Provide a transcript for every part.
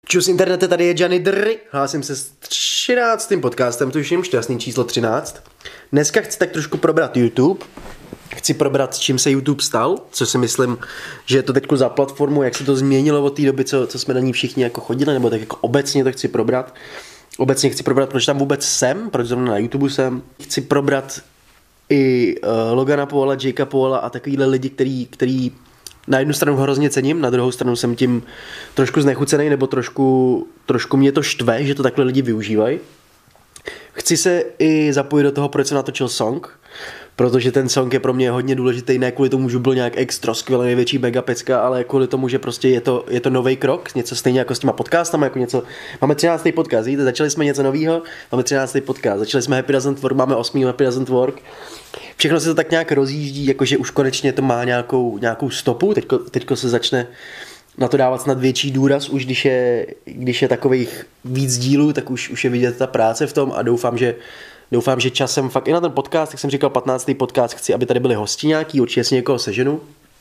Čus internete, tady je Johnny Dry, hlásím se s 13. podcastem, tuším šťastný číslo 13. Dneska chci tak trošku probrat YouTube, chci probrat, s čím se YouTube stal, co si myslím, že je to teďko za platformu, jak se to změnilo od té doby, co jsme na ní všichni jako chodili, nebo tak jako obecně to chci probrat. Obecně chci probrat, proč tam vůbec jsem, proč zrovna na YouTube jsem. Chci probrat i Logana Paula, Jakea Paula a takovýhle lidi, který na jednu stranu hrozně cením, na druhou stranu jsem tím trošku znechucený, nebo trošku mě to štve, že to takhle lidi využívají. Chci se i zapojit do toho, proč jsem natočil song, protože ten song je pro mě hodně důležitý, ne kvůli tomu, že byl nějak extra skvělý, největší mega pecka, ale kvůli tomu, že prostě je to nový krok, něco stejně jako s těma podcastama, jako něco. Máme 13. podcast, víte, začali jsme něco nového, máme 13. podcast, začali jsme Happy Doesn't Work, máme 8. Happy Doesn't Work. Všechno se to tak nějak rozjíždí, jakože už konečně to má nějakou stopu, teďko se začne na to dávat snad větší důraz, už když je takových víc dílů, tak už je vidět ta práce v tom a doufám, že časem fakt i na ten podcast, jak jsem říkal, 15. podcast, chci, aby tady byli hosti nějaký, určitě si někoho seženu.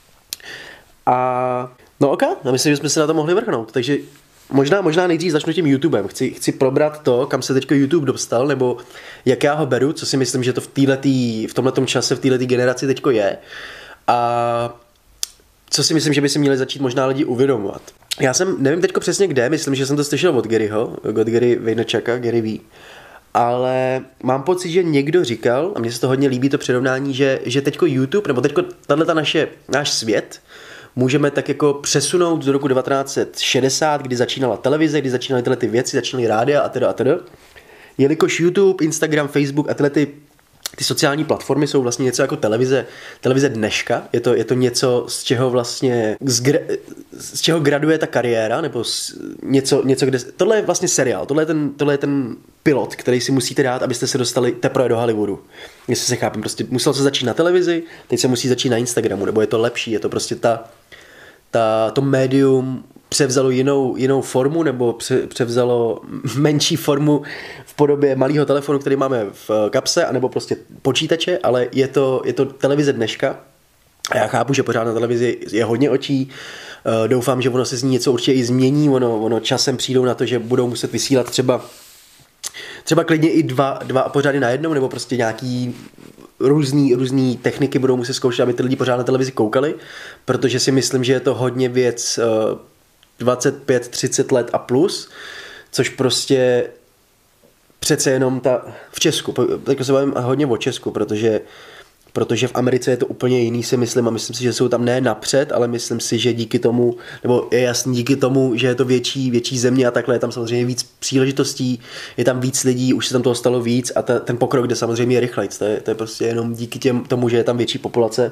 A no ok, já myslím, že jsme se na to mohli vrhnout, takže možná nejdřív začnu tím YouTubem. Chci probrat to, kam se teďko YouTube dostal, nebo jak já ho beru, co si myslím, že to v tomhletom čase, v této generaci teďko je. A co si myslím, že by si měli začít možná lidi uvědomovat. Já nevím teďko přesně kde, myslím, že jsem to slyšel od Gary Vaynerchuka, Gary V. Ale mám pocit, že někdo říkal, a mně se to hodně líbí to přirovnání, že teďko YouTube, nebo teďko náš svět, můžeme tak jako přesunout do roku 1960, kdy začínala televize, kdy začínaly tyhle ty věci, začínaly rádia a teda. Jelikož YouTube, Instagram, Facebook a tyhle ty sociální platformy jsou vlastně něco jako televize dneška, je to něco, z čeho vlastně z čeho graduje ta kariéra, nebo něco, kde tohle je vlastně seriál, tohle je ten pilot, který si musíte dát, abyste se dostali teprve do Hollywoodu. Jestli se chápem, prostě musel se začít na televizi, teď se musí začít na Instagramu, nebo je to lepší, je to prostě to médium převzalo jinou formu, nebo převzalo menší formu v podobě malého telefonu, který máme v kapse, anebo prostě počítače, ale je to televize dneška. A já chápu, že pořád na televizi je hodně očí. Doufám, že ono se z ní něco určitě i změní. Ono časem přijdou na to, že budou muset vysílat třeba klidně i dva pořady na jednom, nebo prostě nějaký různý techniky budou muset zkoušet, aby ty lidi pořád na televizi koukali, protože si myslím, že je to hodně věc 25-30 let a plus, což prostě přece jenom v Česku, teď se bavím hodně o Česku, protože v Americe je to úplně jiný, si myslím, a myslím si, že jsou tam ne napřed, ale myslím si, že díky tomu, nebo je jasný díky tomu, že je to větší země a takhle, je tam samozřejmě víc příležitostí, je tam víc lidí, už se tam toho stalo víc a ten pokrok jde samozřejmě rychlejc, to je prostě jenom díky tomu, že je tam větší populace,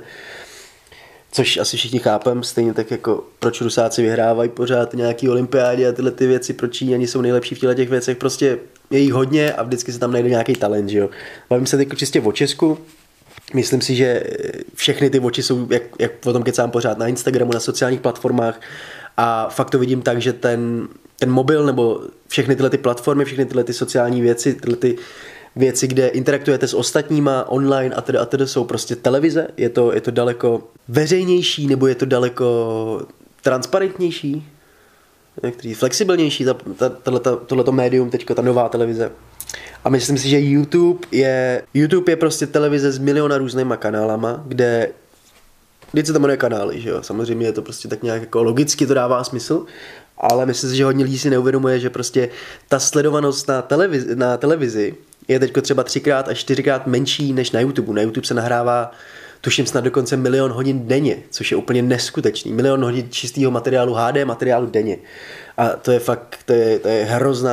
což asi všichni chápem, stejně tak jako proč Rusáci vyhrávají pořád nějaký olympiády a tyhle ty věci, proč Číňani jsou nejlepší v těch věcech, prostě je jich hodně a vždycky se tam najde nějaký talent, že jo. Bavím se teď čistě o Česku. Myslím si, že všechny ty oči jsou, jak o tom kecám pořád, na Instagramu, na sociálních platformách a fakt to vidím tak, že ten mobil nebo všechny tyhle ty platformy, všechny tyhle ty sociální věci, tyhle ty věci, kde interaktujete s ostatníma online a tedy jsou prostě televize, je to daleko veřejnější nebo je to daleko transparentnější, flexibilnější, tohleto médium, teďko ta nová televize. A myslím si, že YouTube je prostě televize s miliona různýma kanálama, kde vždyť se to jmenuje kanály, že jo? Samozřejmě je to prostě tak nějak jako logicky to dává smysl, ale myslím si, že hodně lidí si neuvědomuje, že prostě ta sledovanost na televizi je teďko třeba 3x až 4x menší než na YouTube. Na YouTube se nahrává, tuším snad dokonce 1 000 000 hodin denně, což je úplně neskutečný. 1 000 000 hodin čistého materiálu, HD materiálu denně. A to je fakt, to je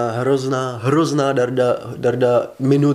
hrozná darda minut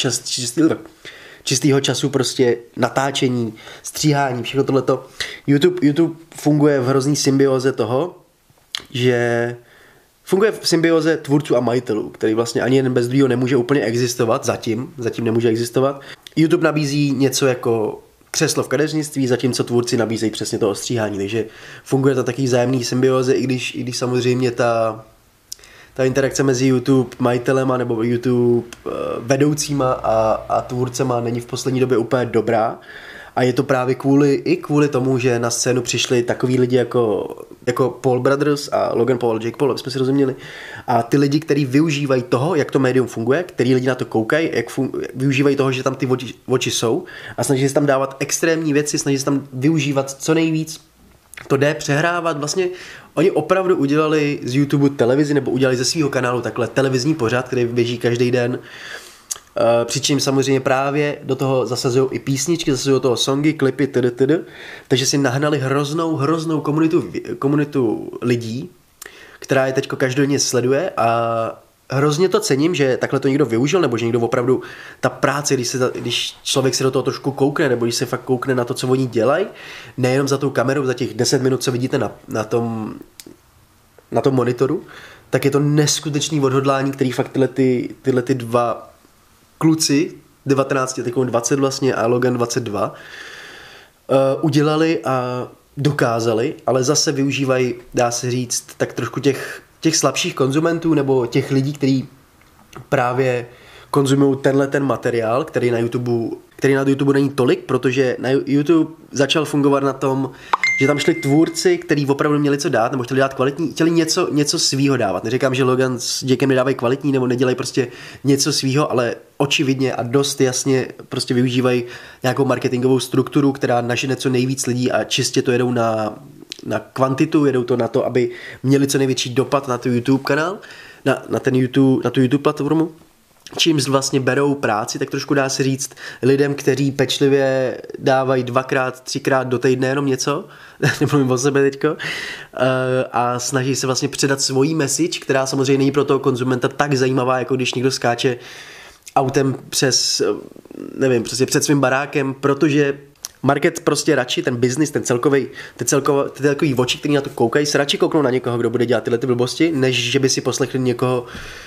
čistého času, prostě natáčení, stříhání, všechno tohleto. YouTube funguje v hrozný symbioze toho, že funguje v symbioze tvůrců a majitelů, který vlastně ani jeden bez druhého nemůže úplně existovat, zatím nemůže existovat. YouTube nabízí něco jako křeslo v kadeřnictví, zatímco tvůrci nabízejí přesně to ostříhání, takže funguje to takový vzájemný symbioze, i když samozřejmě ta interakce mezi YouTube majitelema nebo YouTube vedoucíma a tvůrcema není v poslední době úplně dobrá, A je to právě kvůli tomu, že na scénu přišli takový lidi jako Paul Brothers a Logan Paul a Jake Paul, aby jsme si rozuměli. A ty lidi, kteří využívají toho, jak to médium funguje, který lidi na to koukají, využívají toho, že tam ty oči jsou a snaží se tam dávat extrémní věci, snaží se tam využívat co nejvíc. To jde přehrávat. Vlastně oni opravdu udělali z YouTube televizi, nebo udělali ze svého kanálu takhle televizní pořad, který běží každý den. Přičemž samozřejmě právě do toho zasazují i písničky, zasazují do toho songy, klipy, td. Takže si nahnali hroznou komunitu lidí, která je teďko každodenně sleduje a hrozně to cením, že takhle to někdo využil, nebo že někdo opravdu ta práce, když člověk se do toho trošku koukne, nebo když se fakt koukne na to, co oni dělají, nejenom za tou kamerou, za těch 10 minut, co vidíte na tom monitoru, tak je to neskutečný odhodlání, který fakt tyhle ty dva kluci, 19, teď 20 vlastně a Logan 22, udělali a dokázali, ale zase využívají, dá se říct, tak trošku těch slabších konzumentů nebo těch lidí, kteří právě konzumují ten materiál, který na YouTube není tolik, protože na YouTube začal fungovat na tom, že tam šli tvůrci, kteří opravdu měli co dát, nebo chtěli dát kvalitní, chtěli něco svýho dávat. Neříkám, že Logan s Jakem nedávají kvalitní, nebo nedělají prostě něco svýho, ale očividně a dost jasně prostě využívají nějakou marketingovou strukturu, která nažene co nejvíc lidí a čistě to jedou na kvantitu, jedou to na to, aby měli co největší dopad na ten YouTube kanál, na tu YouTube platformu. Čímž vlastně berou práci, tak trošku dá se říct lidem, kteří pečlivě dávají 2x, 3x do týdne jenom něco, nemluvím o sebe teďko, a snaží se vlastně předat svoji message, která samozřejmě není pro toho konzumenta tak zajímavá, jako když někdo skáče autem prostě před svým barákem, protože market prostě radši, ten business, ty celkový oči, který na to koukají, se radši kouknou na někoho, kdo bude dělat tyhle ty blbosti, než že by si poslechli někoho,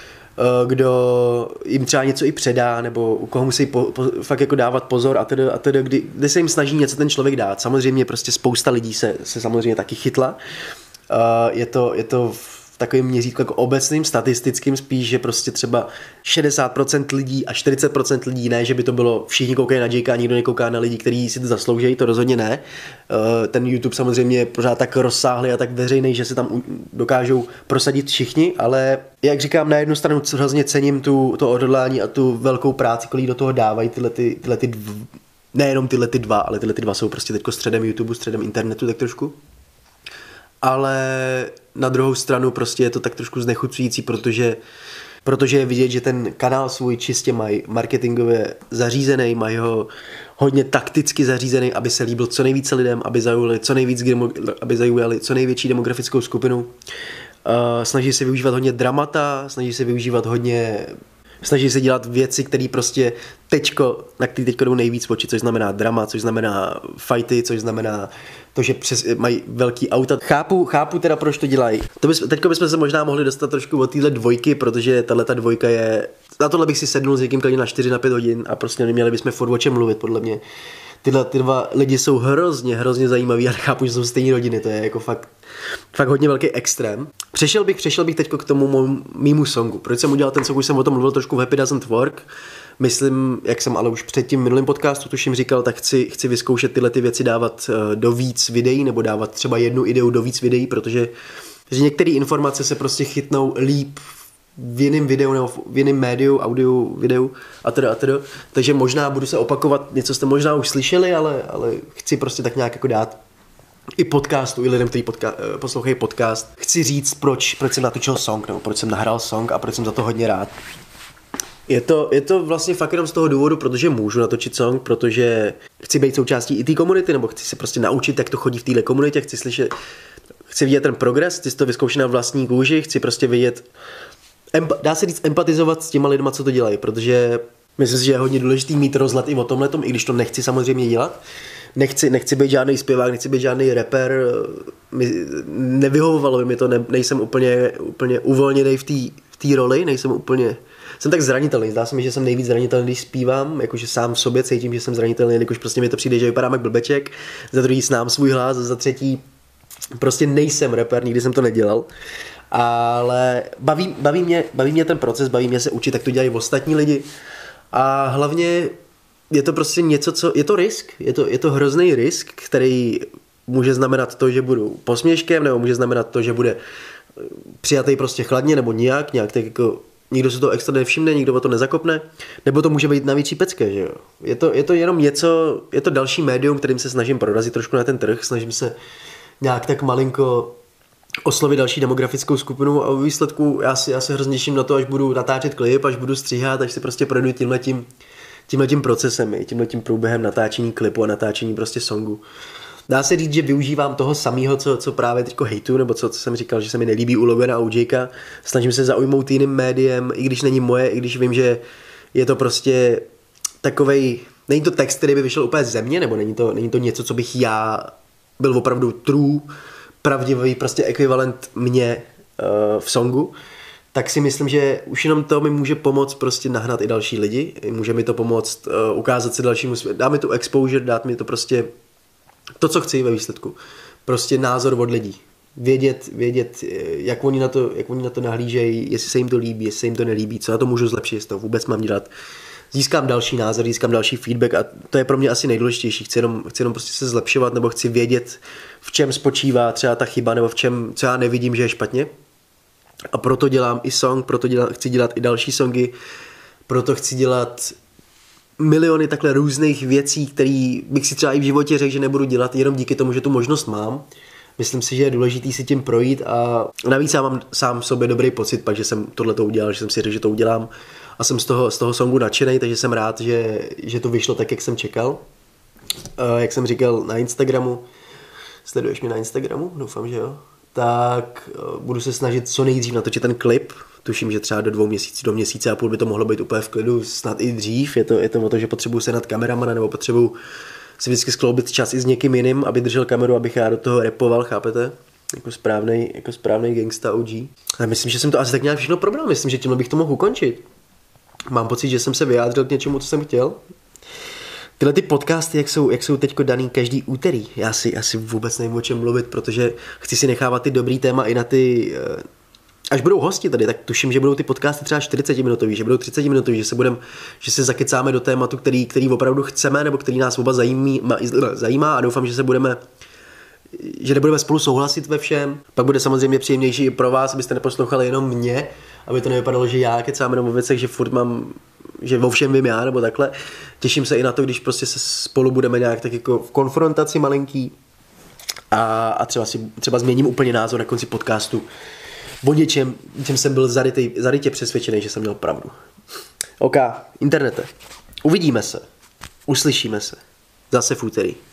kdo jim třeba něco i předá, nebo u koho musí fakt jako dávat pozor a tedy, kdy se jim snaží něco ten člověk dát. Samozřejmě prostě spousta lidí se samozřejmě taky chytla. Je to v takovým měřítku jako obecným, statistickým spíš, že prostě třeba 60% lidí a 40% lidí, ne, že by to bylo všichni koukají na Jakea a nikdo nekouká na lidi, kteří si to zasloužejí, to rozhodně ne. Ten YouTube samozřejmě je pořád tak rozsáhlý a tak veřejný, že se tam dokážou prosadit všichni, ale jak říkám, na jednu stranu hrozně cením to odhodlání a tu velkou práci, kolik do toho dávají nejenom tyhle ty dva, ale tyhle ty dva jsou prostě teďko středem YouTube, středem internetu tak trošku. Ale na druhou stranu prostě je to tak trošku znechucující, protože je vidět, že ten kanál svůj čistě mají marketingově zařízený, mají ho hodně takticky zařízený, aby se líbil co nejvíce lidem, aby zaujali co největší demografickou skupinu. Snaží se využívat hodně dramata, snaží se dělat věci, které prostě na které teďko jdou nejvíc oči, což znamená drama, což znamená fighty, což znamená to, že mají velký auta. Chápu teda, proč to dělají. Teďko bychom se možná mohli dostat trošku od téhle dvojky, protože tahleta dvojka je... Na tohle bych si sednul s někým klidně na 4-5 hodin a prostě neměli bychom furt o čem mluvit, podle mě. Ty dva lidi jsou hrozně zajímaví a chápu, že jsou stejné rodiny, to je jako fakt hodně velký extrém. Přešel bych teďko k tomu mýmu songu. Proč jsem udělal ten song, už jsem o tom mluvil trošku v Happy Doesn't Work. Myslím, jak jsem ale už před tím minulým podcastu tuším říkal, tak chci vyzkoušet tyhle ty věci dávat do víc videí, nebo dávat třeba jednu ideu do víc videí, protože některé informace se prostě chytnou líp v jiném videu nebo v jiném médiu, audio, videu a teda. Takže možná budu se opakovat, něco jste možná už slyšeli, ale chci prostě tak nějak jako dát i podcastu, i lidem, kteří poslouchají podcast. Chci říct, proč jsem natočil song, nebo proč jsem nahrál song a proč jsem za to hodně rád. Je to vlastně fakt jenom z toho důvodu, protože můžu natočit song, protože chci být součástí i té komunity, nebo chci se prostě naučit, jak to chodí v téhle komunitě, chci vidět ten progres, chci to vyzkoušet na vlastní kůži, chci prostě vidět, dá se říct, empatizovat s těma lidma, co to dělají, protože myslím si, že je hodně důležitý mít rozhled i o tomhletom, i když to nechci samozřejmě dělat. Nechci být žádný zpěvák, nechci být žádný rapper, nevyhovovalo by mi to, nejsem úplně uvolněný v té roli, jsem tak zranitelný, zdá se mi, že jsem nejvíc zranitelný, když zpívám, jakože sám v sobě cítím, že jsem zranitelný, jakož prostě mi to přijde, že vypadám jak blbeček, za druhý znám svůj hlas, za třetí prostě nejsem rapper, nikdy jsem to nedělal, ale baví mě ten proces, baví mě se učit, jak to dělají ostatní lidi a hlavně je to prostě něco, co, je to risk, je to hrozný risk, který může znamenat to, že budu posměškem, nebo může znamenat to, že bude přijatý prostě chladně, nebo nějak tak jako nikdo se to extra nevšimne, nikdo o to nezakopne, nebo to může být na větší pecke, že jo. Je to jenom něco, je to další médium, kterým se snažím prorazit trošku na ten trh, snažím se nějak tak malinko oslovit další demografickou skupinu a v výsledku já se hrozně těším na to, až budu natáčet klip, až budu stříhat, až si prostě projdu tímhletím procesem, tímhletím průběhem natáčení klipu a natáčení prostě songu. Dá se říct, že využívám toho samého, co právě teďko hejtu, nebo co jsem říkal, že se mi nelíbí u Logana a OJka. Snažím se zaujmout jiným médiem, i když není moje, i když vím, že je to prostě takovej, není to text, který by vyšel úplně ze mě, nebo není to něco, co bych já byl opravdu true, pravdivý prostě ekvivalent mě v songu, tak si myslím, že už jenom to mi může pomoct prostě nahnat i další lidi, může mi to pomoct ukázat se dalšímu světu, dá mi to exposure, dát mi to prostě to, co chci ve výsledku. Prostě názor od lidí. Vědět, jak oni na to nahlížejí, jestli se jim to líbí, jestli se jim to nelíbí, co na to můžu zlepšit, jestli to vůbec mám dělat. Získám další názor, získám další feedback a to je pro mě asi nejdůležitější. Chci jenom prostě se zlepšovat, nebo chci vědět, v čem spočívá třeba ta chyba, nebo v čem, co já nevidím, že je špatně. A proto dělám i song, chci dělat i další songy, proto chci dělat miliony takhle různých věcí, které bych si třeba i v životě řekl, že nebudu dělat, jenom díky tomu, že tu možnost mám. Myslím si, že je důležitý si tím projít a navíc já mám sám v sobě dobrý pocit, pak, že jsem tohleto udělal, že jsem si řekl, že to udělám a jsem z toho songu nadšenej, takže jsem rád, že to vyšlo tak, jak jsem čekal. Jak jsem říkal na Instagramu, sleduješ mě na Instagramu? Doufám, že jo. Tak budu se snažit co nejdřív natočit ten klip. Tuším, že třeba do měsíce a půl by to mohlo být úplně v klidu, snad i dřív. Je to o to, že potřebuji se nad kameramana nebo potřebuji si vždycky skloubit čas i s někým jiným, aby držel kameru, abych já do toho rapoval, chápete? Jako správnej gangsta OG. A myslím, že jsem to asi tak nějak všechno probral. Myslím, že tímhle bych to mohl ukončit. Mám pocit, že jsem se vyjádřil k něčemu, co jsem chtěl. Tyhle ty podcasty, jak jsou teďko daný každý úterý, já si vůbec nevím, o čem mluvit, protože chci si nechávat ty dobrý téma i na ty... Až budou hosti tady, tak tuším, že budou ty podcasty třeba 40-minutový, že budou 30-minutový, že se zakecáme do tématu, který opravdu chceme, nebo který nás oba zajímá a doufám, že nebudeme spolu souhlasit ve všem. Pak bude samozřejmě příjemnější i pro vás, abyste neposlouchali jenom mě, aby to nevypadalo, že já kecám jenom o věcech, že furt že o všem vím já, nebo takhle. Těším se i na to, když prostě se spolu budeme nějak tak jako v konfrontaci malinký a třeba změním úplně názor na konci podcastu o něčem, čem jsem byl zarytě přesvědčený, že jsem měl pravdu. OK, internete. Uvidíme se. Uslyšíme se. Zase v úterý.